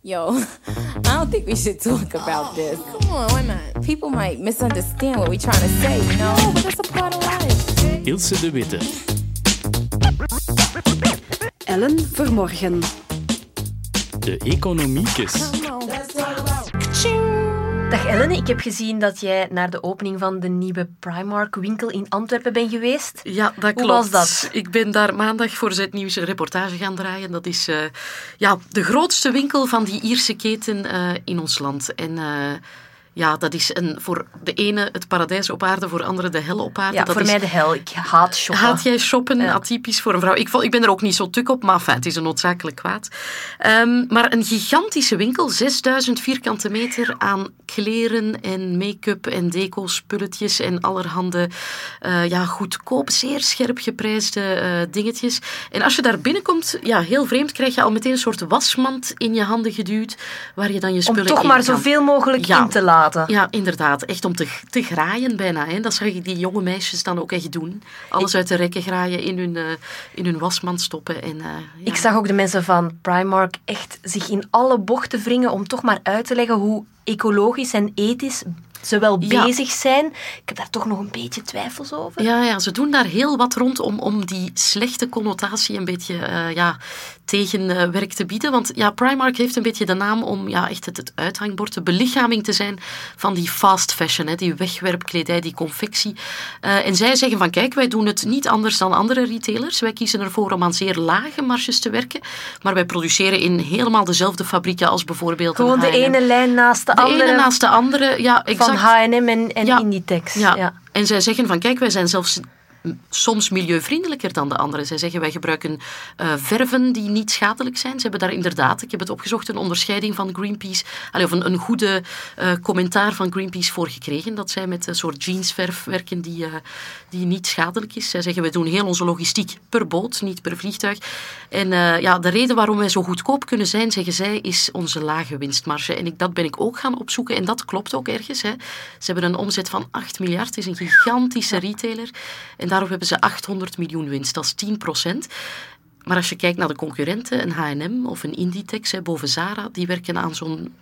Yo, I don't think we should talk about this. Come on, why not? People might misunderstand what we're trying to say, you know? No, but that's a part of life. Ilse de Witte. Ellen Vermorgen. De Economiekes. Dag Ellen, ik heb gezien dat jij naar de opening van de nieuwe Primark-winkel in Antwerpen bent geweest. Ja, dat klopt. Hoe was dat? Ik ben daar maandag voor Z-nieuws een reportage gaan draaien. Dat is de grootste winkel van die Ierse keten in ons land. En dat is voor de ene het paradijs op aarde, voor de andere de hel op aarde. Ja, dat voor mij de hel. Ik haat shoppen. Haat jij shoppen? Ja. Atypisch voor een vrouw. Ik ben er ook niet zo tuk op, maar het is een noodzakelijk kwaad. Maar een gigantische winkel, 6000 vierkante meter aan kleren en make-up en deco-spulletjes en allerhande goedkoop, zeer scherp geprijsde dingetjes. En als je daar binnenkomt, heel vreemd, krijg je al meteen een soort wasmand in je handen geduwd, waar je dan je spullen in om toch maar zoveel mogelijk in te laten. Ja, inderdaad. Echt om te graaien bijna. Hè. Dat zag ik die jonge meisjes dan ook echt doen. Alles uit de rekken graaien, in hun wasmand stoppen. En, Ik zag ook de mensen van Primark echt zich in alle bochten wringen om toch maar uit te leggen hoe ecologisch en ethisch ze wel bezig zijn. Ik heb daar toch nog een beetje twijfels over. Ja, ze doen daar heel wat rond om die slechte connotatie een beetje tegenwerk te bieden. Want Primark heeft een beetje de naam om echt het uithangbord, de belichaming te zijn van die fast fashion, hè, die wegwerpkledij, die confectie. En zij zeggen van kijk, wij doen het niet anders dan andere retailers. Wij kiezen ervoor om aan zeer lage marges te werken, maar wij produceren in helemaal dezelfde fabrieken als bijvoorbeeld gewoon een H&M. De ene lijn naast de andere. De ene naast de andere, ja, exact. Van H&M en Inditex. Ja. En zij zeggen van kijk, wij zijn zelfs soms milieuvriendelijker dan de anderen. Zij zeggen wij gebruiken verven die niet schadelijk zijn. Ze hebben daar inderdaad, ik heb het opgezocht, een onderscheiding van Greenpeace, of een goede commentaar van Greenpeace voor gekregen, dat zij met een soort jeansverf werken die niet schadelijk is. Zij zeggen wij doen heel onze logistiek per boot, niet per vliegtuig. En de reden waarom wij zo goedkoop kunnen zijn, zeggen zij, is onze lage winstmarge. En dat ben ik ook gaan opzoeken en dat klopt ook ergens. Hè. Ze hebben een omzet van 8 miljard, het is een gigantische retailer. En daarop hebben ze 800 miljoen winst, dat is 10%. Maar als je kijkt naar de concurrenten, een H&M of een Inditex, boven Zara, die werken aan zo'n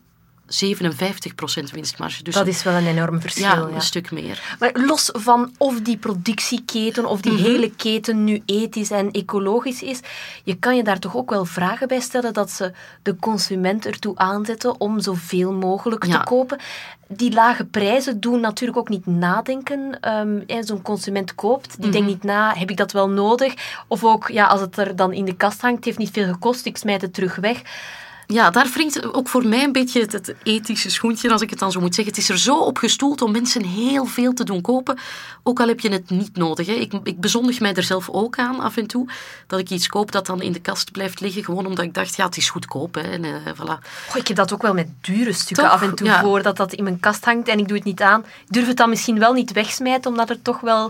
57% winstmarge. Dus dat is wel een enorm verschil. Ja, een stuk meer. Maar los van of die productieketen of die hele keten nu ethisch en ecologisch is, je kan je daar toch ook wel vragen bij stellen dat ze de consument ertoe aanzetten om zoveel mogelijk te kopen. Die lage prijzen doen natuurlijk ook niet nadenken. Zo'n consument koopt, die denkt niet na, heb ik dat wel nodig? Of ook, als het er dan in de kast hangt, het heeft niet veel gekost, ik smijt het terug weg. Ja, daar wringt ook voor mij een beetje het ethische schoentje, als ik het dan zo moet zeggen. Het is er zo op gestoeld om mensen heel veel te doen kopen, ook al heb je het niet nodig. Hè. Ik bezondig mij er zelf ook aan af en toe, dat ik iets koop dat dan in de kast blijft liggen, gewoon omdat ik dacht, het is goedkoop. Hè. En, voilà. Ik heb dat ook wel met dure stukken af en toe voordat dat in mijn kast hangt en ik doe het niet aan. Ik durf het dan misschien wel niet wegsmijten, omdat ik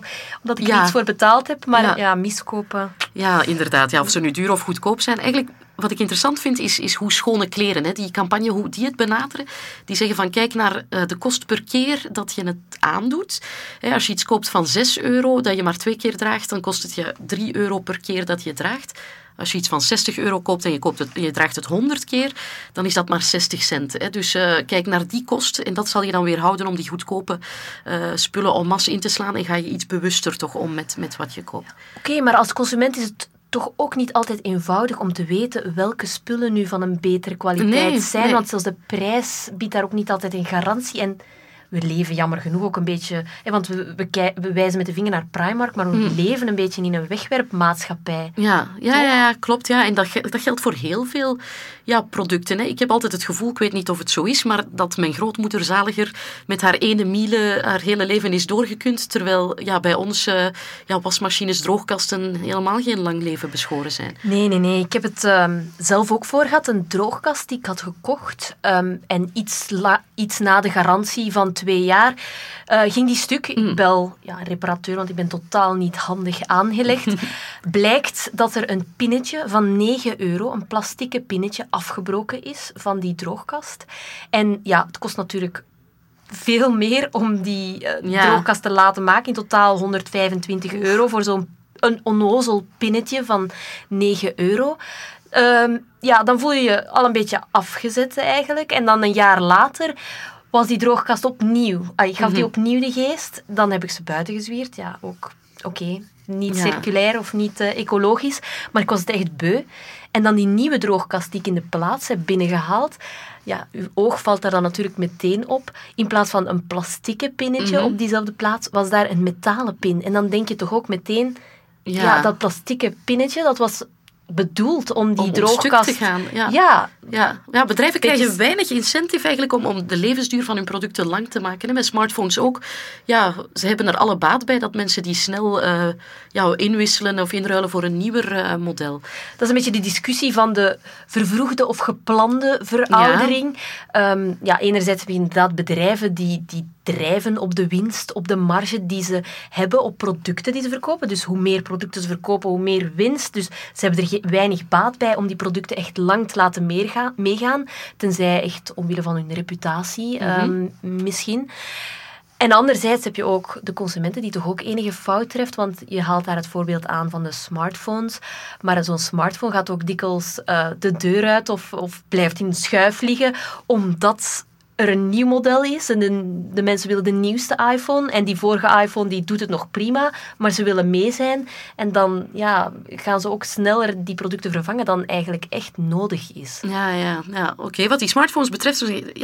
er iets voor betaald heb, maar miskopen. Ja, inderdaad. Of ze nu duur of goedkoop zijn. Eigenlijk, wat ik interessant vind, is hoe schone kleren, hè, die campagne, hoe die het benaderen. Die zeggen van, kijk naar de kost per keer dat je het aandoet. Als je iets koopt van €6, dat je maar 2 keer draagt, dan kost het je €3 per keer dat je het draagt. Als je iets van €60 koopt en je draagt het 100 keer, dan is dat maar 60 cent. Hè. Dus kijk naar die kost en dat zal je dan weer houden om die goedkope spullen en masse in te slaan en ga je iets bewuster toch om met wat je koopt. Oké, maar als consument is het toch ook niet altijd eenvoudig om te weten welke spullen nu van een betere kwaliteit zijn, want zelfs de prijs biedt daar ook niet altijd een garantie en we leven jammer genoeg ook een beetje, want we wijzen met de vinger naar Primark, maar we leven een beetje in een wegwerpmaatschappij. Ja, klopt. Ja. En dat geldt voor heel veel producten. Hè. Ik heb altijd het gevoel, ik weet niet of het zo is, maar dat mijn grootmoeder zaliger met haar ene miele haar hele leven is doorgekund, terwijl bij ons wasmachines, droogkasten helemaal geen lang leven beschoren zijn. Nee. Ik heb het zelf ook voor gehad, een droogkast die ik had gekocht en iets na de garantie van 2 jaar ging die stuk. Ik bel een reparateur, want ik ben totaal niet handig aangelegd. Blijkt dat er een pinnetje van €9, een plastieke pinnetje, afgebroken is van die droogkast. En het kost natuurlijk veel meer om die droogkast te laten maken. In totaal €125 voor zo'n een onnozel pinnetje van €9. Dan voel je je al een beetje afgezet eigenlijk. En dan een jaar later was die droogkast opnieuw. Ik gaf die opnieuw de geest. Dan heb ik ze buiten gezwierd. Ja, ook oké. Niet circulair of niet ecologisch. Maar ik was het echt beu. En dan die nieuwe droogkast die ik in de plaats heb binnengehaald. Ja, uw oog valt daar dan natuurlijk meteen op. In plaats van een plastieke pinnetje op diezelfde plaats, was daar een metalen pin. En dan denk je toch ook meteen... Ja, dat plastieke pinnetje, dat was bedoeld om die droogkast... stuk te gaan. Ja, bedrijven krijgen weinig incentive eigenlijk om de levensduur van hun producten lang te maken. En met smartphones ook. Ja, ze hebben er alle baat bij dat mensen die snel inwisselen of inruilen voor een nieuwer model. Dat is een beetje de discussie van de vervroegde of geplande veroudering. Enerzijds heb je inderdaad bedrijven die drijven op de winst, op de marge die ze hebben op producten die ze verkopen. Dus hoe meer producten ze verkopen, hoe meer winst. Dus ze hebben er weinig baat bij om die producten echt lang te laten meegaan. Tenzij echt omwille van hun reputatie misschien. En anderzijds heb je ook de consumenten die toch ook enige fout treft, want je haalt daar het voorbeeld aan van de smartphones. Maar zo'n smartphone gaat ook dikwijls de deur uit of blijft in de schuif liggen, omdat er een nieuw model is en de mensen willen de nieuwste iPhone en die vorige iPhone die doet het nog prima, maar ze willen mee zijn en dan gaan ze ook sneller die producten vervangen dan eigenlijk echt nodig is. Ja. Oké. Wat die smartphones betreft,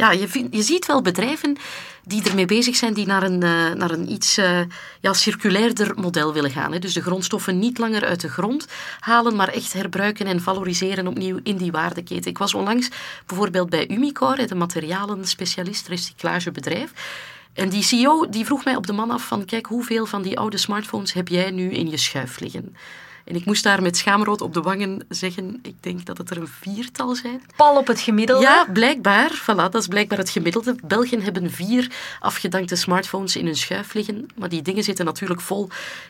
je ziet wel bedrijven die ermee bezig zijn, die naar een iets circulairder model willen gaan. Hè. Dus de grondstoffen niet langer uit de grond halen, maar echt herbruiken en valoriseren opnieuw in die waardeketen. Ik was onlangs bijvoorbeeld bij Umicore, de materialenspecialist, recyclagebedrijf. En die CEO die vroeg mij op de man af van, kijk, hoeveel van die oude smartphones heb jij nu in je schuif liggen? En ik moest daar met schaamrood op de wangen zeggen, ik denk dat het er een 4-tal zijn. Pal op het gemiddelde? Ja, blijkbaar. Voilà, dat is blijkbaar het gemiddelde. Belgen hebben 4 afgedankte smartphones in hun schuif liggen. Maar die dingen zitten natuurlijk vol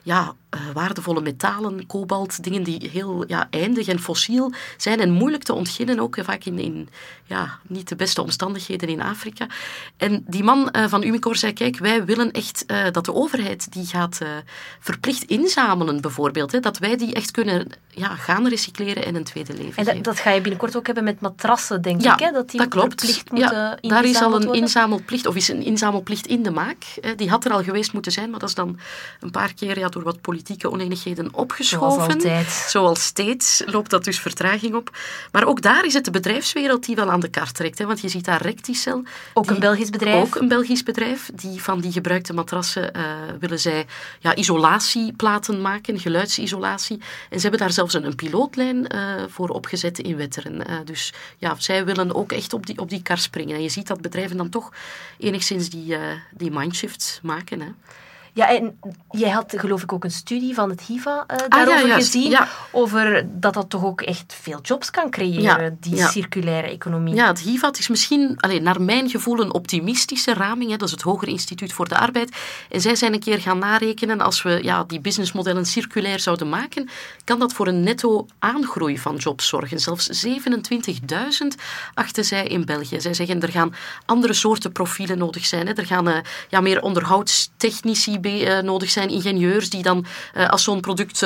waardevolle metalen, kobalt, dingen die heel eindig en fossiel zijn en moeilijk te ontginnen, ook vaak in niet de beste omstandigheden in Afrika. En die man van Umicore zei, kijk, wij willen echt dat de overheid die gaat verplicht inzamelen, bijvoorbeeld. Hè, dat wij die echt kunnen gaan recycleren en een tweede leven geven. En dat ga je binnenkort ook hebben met matrassen, denk ik. Hè? Dat klopt. Verplicht moeten daar is al een worden. inzamelplicht, of is een inzamelplicht in de maak. Die had er al geweest moeten zijn, maar dat is dan een paar keer door wat politieke oneenigheden opgeschoven. Zoals altijd. Zoals steeds loopt dat dus vertraging op. Maar ook daar is het de bedrijfswereld die wel aan de kar trekt. Hè? Want je ziet daar Recticel. Ook een Belgisch bedrijf. Ook een Belgisch bedrijf. Die van die gebruikte matrassen willen zij isolatieplaten maken, geluidsisolatie. En ze hebben daar zelfs een pilootlijn voor opgezet in Wetteren. Dus zij willen ook echt op die kar springen. En je ziet dat bedrijven dan toch enigszins die mindshift maken. Hè. Ja, en jij had geloof ik ook een studie van het HIVA daarover gezien. Ja. Over dat toch ook echt veel jobs kan creëren, die circulaire economie. Ja, het HIVA is misschien, naar mijn gevoel, een optimistische raming. Hè. Dat is het Hoger Instituut voor de Arbeid. En zij zijn een keer gaan narekenen, als we die businessmodellen circulair zouden maken, kan dat voor een netto aangroei van jobs zorgen. Zelfs 27.000 achten zij in België. Zij zeggen, er gaan andere soorten profielen nodig zijn. Hè. Er gaan meer onderhoudstechnici nodig zijn, ingenieurs die dan, als zo'n product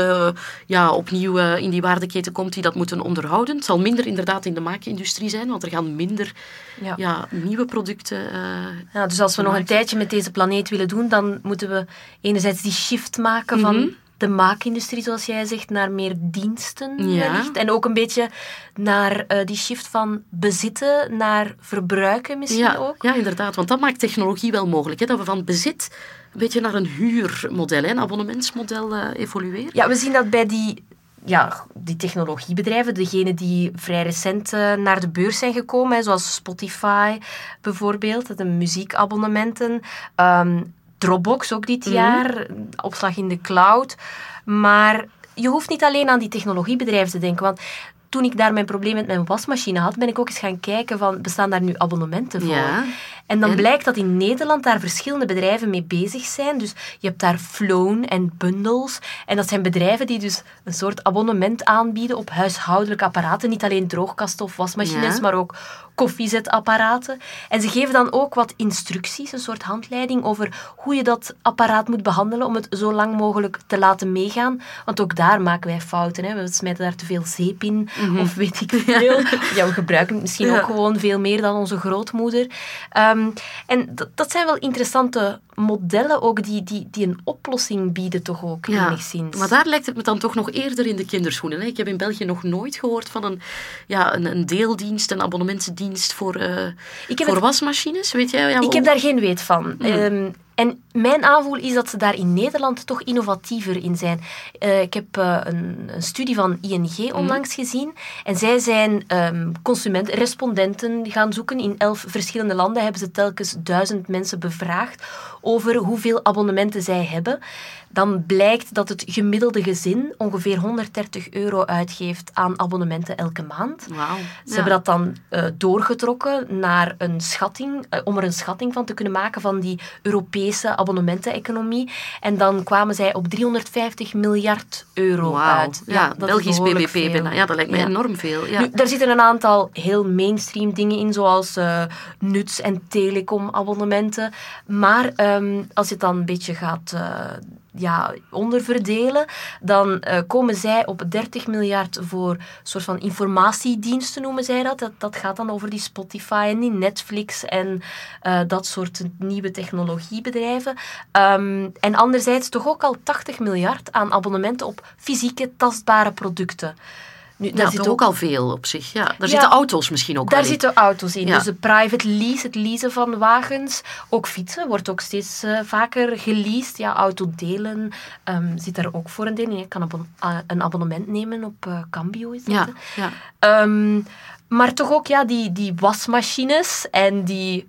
opnieuw in die waardeketen komt, die dat moeten onderhouden. Het zal minder inderdaad in de maakindustrie zijn, want er gaan minder nieuwe producten dus als we nog een tijdje met deze planeet willen doen, dan moeten we enerzijds die shift maken van de maakindustrie, zoals jij zegt, naar meer diensten wellicht. En ook een beetje naar die shift van bezitten naar verbruiken misschien ook. Ja, inderdaad. Want dat maakt technologie wel mogelijk. Hè? Dat we van bezit een beetje naar een huurmodel, een abonnementsmodel evolueren. Ja, we zien dat bij die technologiebedrijven, degenen die vrij recent naar de beurs zijn gekomen, zoals Spotify bijvoorbeeld, de muziekabonnementen, Dropbox ook dit jaar, opslag in de cloud. Maar je hoeft niet alleen aan die technologiebedrijven te denken, want toen ik daar mijn probleem met mijn wasmachine had, ben ik ook eens gaan kijken van, bestaan daar nu abonnementen voor? Ja. En dan blijkt dat in Nederland daar verschillende bedrijven mee bezig zijn. Dus je hebt daar Flown en Bundles. En dat zijn bedrijven die dus een soort abonnement aanbieden op huishoudelijke apparaten. Niet alleen droogkasten of wasmachines, maar ook koffiezetapparaten. En ze geven dan ook wat instructies, een soort handleiding over hoe je dat apparaat moet behandelen om het zo lang mogelijk te laten meegaan. Want ook daar maken wij fouten. Hè. We smijten daar te veel zeep in, of weet ik veel. Ja, we gebruiken het misschien ook gewoon veel meer dan onze grootmoeder. En dat zijn wel interessante modellen ook die een oplossing bieden toch ook enigszins. Maar daar lijkt het me dan toch nog eerder in de kinderschoenen. Hè? Ik heb in België nog nooit gehoord van een deeldienst, een abonnementsdienst voor wasmachines. Weet jij? Ja, ik heb daar geen weet van. En mijn aanvoel is dat ze daar in Nederland toch innovatiever in zijn. Ik heb een studie van ING onlangs gezien. En zij zijn respondenten gaan zoeken. In 11 verschillende landen hebben ze telkens 1000 mensen bevraagd over hoeveel abonnementen zij hebben. Dan blijkt dat het gemiddelde gezin ongeveer €130 uitgeeft aan abonnementen elke maand. Wow. Ze hebben dat dan doorgetrokken naar een schatting, om er een schatting van te kunnen maken van die Europese abonnementeneconomie. En dan kwamen zij op €350 miljard uit. Ja, dat Belgisch BBP veel. bijna. Ja, dat lijkt me enorm veel. Ja. Nu, daar zitten een aantal heel mainstream dingen in, zoals nuts- en telecom-abonnementen. Maar als je het dan een beetje gaat onderverdelen, dan komen zij op 30 miljard voor een soort van informatiediensten, noemen zij dat. Dat gaat dan over die Spotify en die Netflix en dat soort nieuwe technologiebedrijven. En anderzijds toch ook al 80 miljard aan abonnementen op fysieke, tastbare producten. Nu, daar zit ook al veel op zich. Ja. Daar zitten auto's misschien ook wel in. Daar zitten auto's in. Ja. Dus de private lease, het leasen van wagens. Ook fietsen wordt ook steeds vaker geleased. Ja, autodelen zit daar ook voor een deel in. Je kan een abonnement nemen op Cambio. Is dat, ja. Maar toch ook die wasmachines en die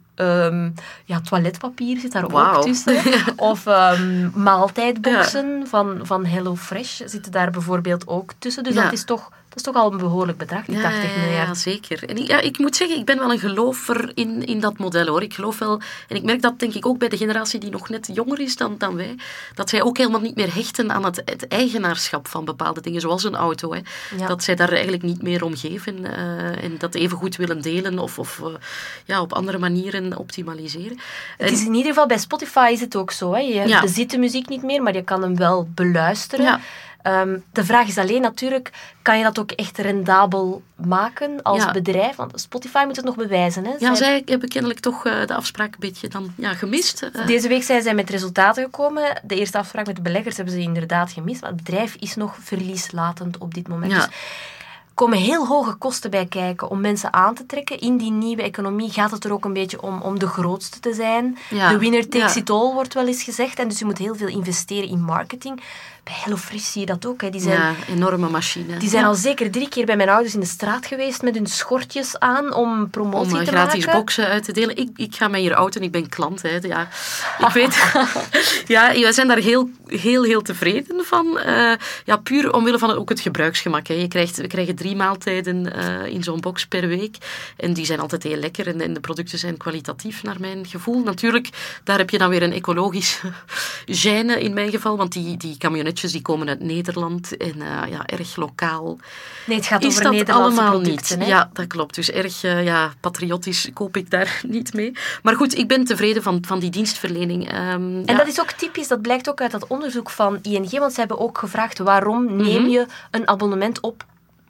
toiletpapier zit daar ook tussen. Of maaltijdboxen van HelloFresh zitten daar bijvoorbeeld ook tussen. Dus dat is toch al een behoorlijk bedrag, die 80 miljard. Ja, zeker. En ik moet zeggen, ik ben wel een gelover in dat model, hoor. Ik geloof wel, en ik merk dat denk ik ook bij de generatie die nog net jonger is dan wij, dat zij ook helemaal niet meer hechten aan het eigenaarschap van bepaalde dingen, zoals een auto. Hè. Ja. Dat zij daar eigenlijk niet meer om geven en dat even goed willen delen of op andere manieren optimaliseren. Het is in ieder geval, bij Spotify is het ook zo. Hè. Je bezit de muziek niet meer, maar je kan hem wel beluisteren. Ja. De vraag is alleen natuurlijk, kan je dat ook echt rendabel maken als bedrijf? Want Spotify moet het nog bewijzen. Hè? Zij hebben kennelijk toch de afspraak een beetje dan gemist. Deze week zijn zij met resultaten gekomen. De eerste afspraak met de beleggers hebben ze inderdaad gemist. Maar het bedrijf is nog verlieslatend op dit moment. Ja. Dus er komen heel hoge kosten bij kijken om mensen aan te trekken. In die nieuwe economie gaat het er ook een beetje om de grootste te zijn. Ja. De winner takes it all, wordt wel eens gezegd. En dus je moet heel veel investeren in marketing. Bij HelloFresh zie je dat ook. Hè. Die zijn, enorme machine. Die zijn al zeker 3 keer bij mijn ouders in de straat geweest met hun schortjes aan om promotie te maken. Om gratis boxen uit te delen. Ik ga mij hier outen, ik ben klant. Hè. Ja, ik weet. Wij zijn daar heel tevreden van. Puur omwille van ook het gebruiksgemak. Hè. We krijgen 3 maaltijden in zo'n box per week. En die zijn altijd heel lekker. En de producten zijn kwalitatief, naar mijn gevoel. Natuurlijk, daar heb je dan weer een ecologisch gêne in mijn geval. Want die camionetjes die komen uit Nederland en erg lokaal. Nee, het gaat over Nederlandse producten. Niet. Ja, dat klopt. Dus erg patriotisch koop ik daar niet mee. Maar goed, ik ben tevreden van die dienstverlening. En dat is ook typisch, dat blijkt ook uit dat onderzoek van ING, want ze hebben ook gevraagd waarom neem je een abonnement op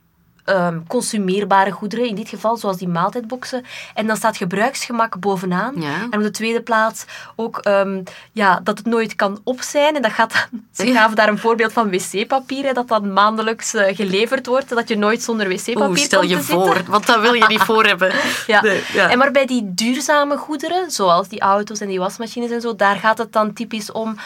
consumeerbare goederen, in dit geval zoals die maaltijdboxen. En dan staat gebruiksgemak bovenaan. Ja. En op de tweede plaats ook dat het nooit kan op zijn. En dat gaat dan, ze gaven daar een voorbeeld van wc-papier, dat dan maandelijks geleverd wordt, dat je nooit zonder wc-papier stel je voor, want dat wil je niet voor hebben. En maar bij die duurzame goederen, zoals die auto's en die wasmachines en zo, daar gaat het dan typisch om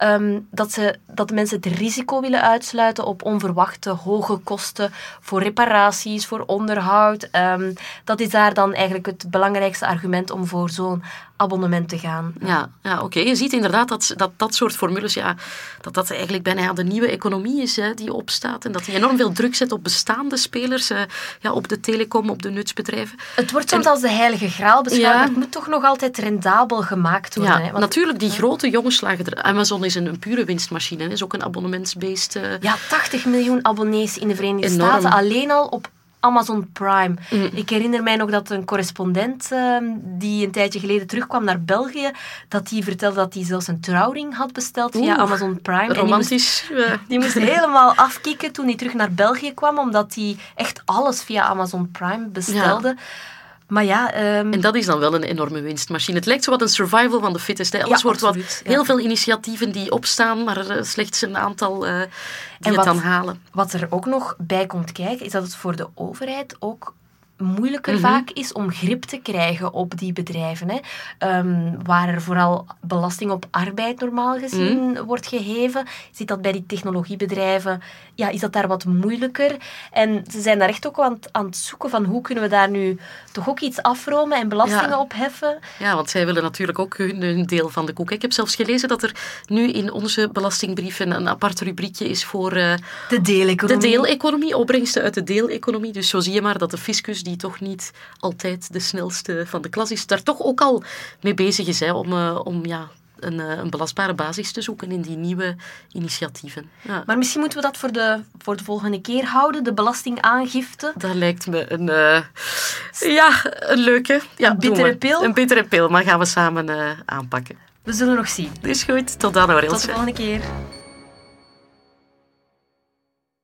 dat mensen het risico willen uitsluiten op onverwachte hoge kosten voor reparaties, voor onderhoud. Dat is daar dan eigenlijk het belangrijkste argument om voor zo'n abonnement te gaan. Ja, oké. Je ziet inderdaad dat soort formules, dat eigenlijk bijna de nieuwe economie is die opstaat en dat die enorm veel druk zet op bestaande spelers, op de telecom, op de nutsbedrijven. Het wordt soms als de heilige graal beschouwd, maar het moet toch nog altijd rendabel gemaakt worden. Ja, hè? natuurlijk, die grote jongens slagen er. Amazon is een pure winstmachine, is ook een abonnementsbeest. 80 miljoen abonnees in de Verenigde Staten, alleen al op Amazon Prime. Ik herinner mij nog dat een correspondent die een tijdje geleden terugkwam naar België, dat die vertelde dat hij zelfs een trouwring had besteld via Amazon Prime. Romantisch. En die moest helemaal afkicken toen hij terug naar België kwam, omdat hij echt alles via Amazon Prime bestelde. Ja. Maar ja... En dat is dan wel een enorme winstmachine. Het lijkt zo wat een survival van de fittest. Hè. Alles wordt heel veel initiatieven die opstaan, maar slechts een aantal die het dan halen. Wat er ook nog bij komt kijken, is dat het voor de overheid ook moeilijker vaak is om grip te krijgen op die bedrijven. Hè. Waar er vooral belasting op arbeid normaal gezien wordt geheven, zit dat bij die technologiebedrijven, is dat daar wat moeilijker. En ze zijn daar echt ook aan het zoeken van hoe kunnen we daar nu toch ook iets afromen en belastingen opheffen. Ja, want zij willen natuurlijk ook hun deel van de koek. Ik heb zelfs gelezen dat er nu in onze belastingbrief een apart rubriekje is voor de deeleconomie. De deeleconomie, opbrengsten uit de deeleconomie. Dus zo zie je maar dat de fiscus, die toch niet altijd de snelste van de klas is, daar toch ook al mee bezig is om een belastbare basis te zoeken in die nieuwe initiatieven. Ja. Maar misschien moeten we dat voor de volgende keer houden, de belastingaangifte. Dat lijkt me een leuke. Ja, een bittere pil. Een bittere pil, maar gaan we samen aanpakken. We zullen nog zien. Dat is goed. Tot dan, Aurel. Tot de volgende keer.